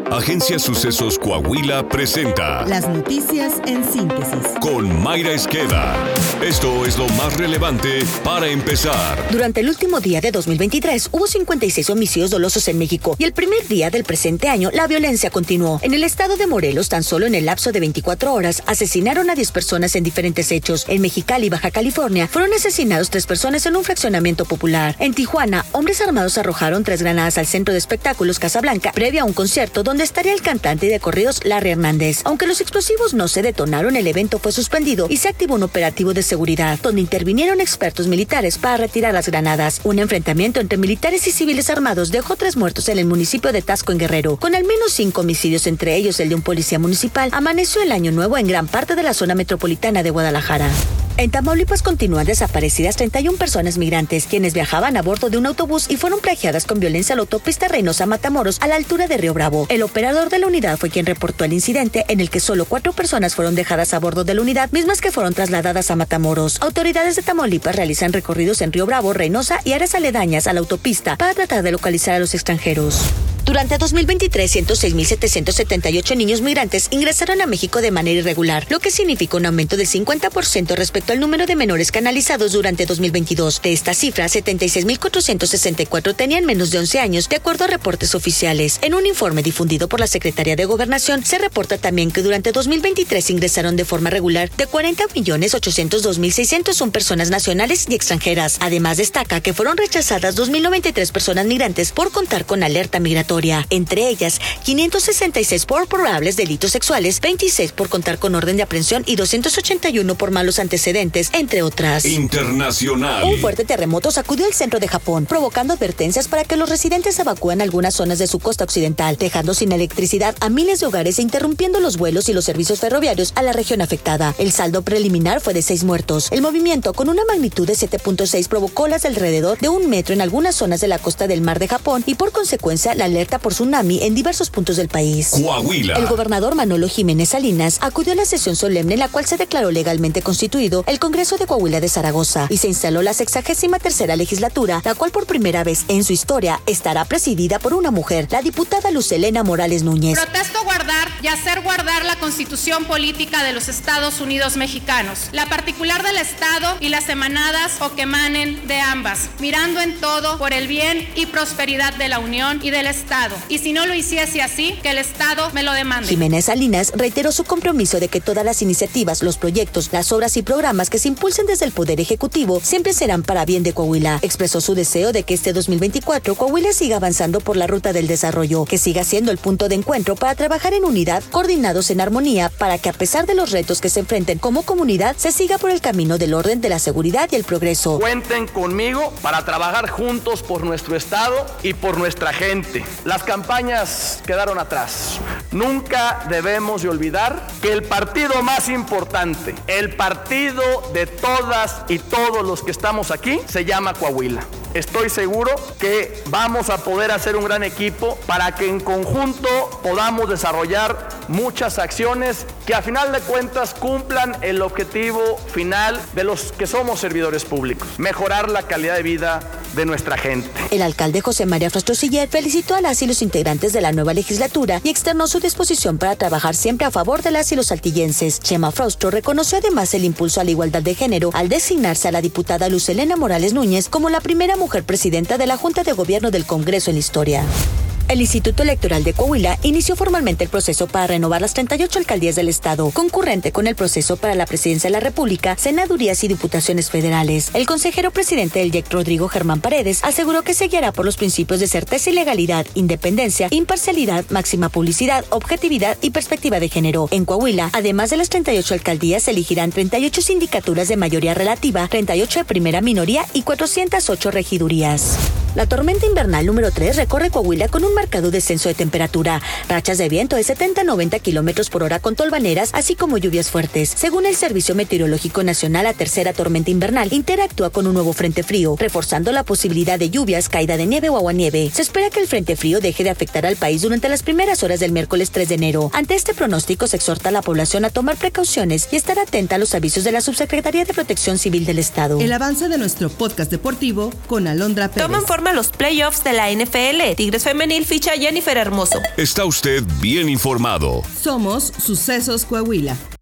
Agencia Sucesos Coahuila presenta las noticias en síntesis con Mayra Esqueda. Esto es lo más relevante para empezar. Durante el último día de 2023 hubo 56 homicidios dolosos en México y el primer día del presente año la violencia continuó. En el estado de Morelos, tan solo en el lapso de 24 horas, asesinaron a 10 personas en diferentes hechos. En Mexicali, Baja California, fueron asesinados 3 personas en un fraccionamiento popular. En Tijuana, hombres armados arrojaron 3 granadas al centro de espectáculos Casablanca previo a un concierto donde estaría el cantante de corridos Larry Hernández. Aunque los explosivos no se detonaron, el evento fue suspendido y se activó un operativo de seguridad, donde intervinieron expertos militares para retirar las granadas. Un enfrentamiento entre militares y civiles armados dejó 3 muertos en el municipio de Taxco, en Guerrero. Con al menos 5 homicidios, entre ellos el de un policía municipal, amaneció el año nuevo en gran parte de la zona metropolitana de Guadalajara. En Tamaulipas continúan desaparecidas 31 personas migrantes, quienes viajaban a bordo de un autobús y fueron plagiadas con violencia a la autopista Reynosa-Matamoros a la altura de Río Bravo. El operador de la unidad fue quien reportó el incidente, en el que solo 4 personas fueron dejadas a bordo de la unidad, mismas que fueron trasladadas a Matamoros. Autoridades de Tamaulipas realizan recorridos en Río Bravo, Reynosa y áreas aledañas a la autopista para tratar de localizar a los extranjeros. Durante 2023, 106.778 niños migrantes ingresaron a México de manera irregular, lo que significa un aumento del 50% respecto al número de menores canalizados durante 2022. De esta cifra, 76.464 tenían menos de 11 años, de acuerdo a reportes oficiales. En un informe difundido por la Secretaría de Gobernación, se reporta también que durante 2023 ingresaron de forma regular de 40.802.601 personas nacionales y extranjeras. Además, destaca que fueron rechazadas 2.093 personas migrantes por contar con alerta migratoria. Entre ellas, 566 por probables delitos sexuales, 26 por contar con orden de aprehensión y 281 por malos antecedentes, entre otras. Internacional. Un fuerte terremoto sacudió el centro de Japón, provocando advertencias para que los residentes evacúen algunas zonas de su costa occidental, dejando sin electricidad a miles de hogares e interrumpiendo los vuelos y los servicios ferroviarios a la región afectada. El saldo preliminar fue de 6 muertos. El movimiento, con una magnitud de 7.6, provocó olas de alrededor de 1 metro en algunas zonas de la costa del mar de Japón y, por consecuencia, la alerta por tsunami en diversos puntos del país. Coahuila. El gobernador Manolo Jiménez Salinas acudió a la sesión solemne en la cual se declaró legalmente constituido el Congreso de Coahuila de Zaragoza y se instaló la 63ª legislatura, la cual por primera vez en su historia estará presidida por una mujer, la diputada Luz Helena Morales Núñez. Protesto guardar y hacer guardar la Constitución política de los Estados Unidos mexicanos, la particular del Estado y las emanadas o que emanen de ambas, mirando en todo por el bien y prosperidad de la Unión y del Estado. Y si no lo hiciese así, que el Estado me lo demande. Jiménez Salinas reiteró su compromiso de que todas las iniciativas, los proyectos, las obras y programas que se impulsen desde el Poder Ejecutivo siempre serán para bien de Coahuila. Expresó su deseo de que este 2024 Coahuila siga avanzando por la ruta del desarrollo, que siga siendo el punto de encuentro para trabajar en unidad, coordinados en armonía, para que a pesar de los retos que se enfrenten como comunidad, se siga por el camino del orden, de la seguridad y el progreso. Cuenten conmigo para trabajar juntos por nuestro Estado y por nuestra gente. Las campañas quedaron atrás. Nunca debemos de olvidar que el partido más importante, el partido de todas y todos los que estamos aquí, se llama Coahuila. Estoy seguro que vamos a poder hacer un gran equipo para que en conjunto podamos desarrollar muchas acciones que a final de cuentas cumplan el objetivo final de los que somos servidores públicos: mejorar la calidad de vida de nuestra gente. El alcalde José María Frastrosiller felicitó a las y los integrantes de la nueva legislatura y externó su disposición para trabajar siempre a favor de las y los saltillenses. Chema Fraustro reconoció además el impulso a la igualdad de género al designarse a la diputada Luz Helena Morales Núñez como la primera mujer presidenta de la Junta de Gobierno del Congreso en la historia. El Instituto Electoral de Coahuila inició formalmente el proceso para renovar las 38 alcaldías del estado, concurrente con el proceso para la presidencia de la República, senadurías y diputaciones federales. El consejero presidente del IEC, Rodrigo Germán Paredes, aseguró que se guiará por los principios de certeza y legalidad, independencia, imparcialidad, máxima publicidad, objetividad y perspectiva de género. En Coahuila, además de las 38 alcaldías, se elegirán 38 sindicaturas de mayoría relativa, 38 de primera minoría y 408 regidurías. La tormenta invernal número 3 recorre Coahuila con un marcado descenso de temperatura, rachas de viento de 70 a 90 kilómetros por hora con tolvaneras, así como lluvias fuertes. Según el Servicio Meteorológico Nacional, la tercera tormenta invernal interactúa con un nuevo frente frío, reforzando la posibilidad de lluvias, caída de nieve o aguanieve. Se espera que el frente frío deje de afectar al país durante las primeras horas del miércoles 3 de enero. Ante este pronóstico, se exhorta a la población a tomar precauciones y estar atenta a los avisos de la Subsecretaría de Protección Civil del Estado. El avance de nuestro podcast deportivo con Alondra Pérez. Toma en forma informa los playoffs de la NFL. Tigres femenil ficha a Jennifer Hermoso. Está usted bien informado. Somos Sucesos Coahuila.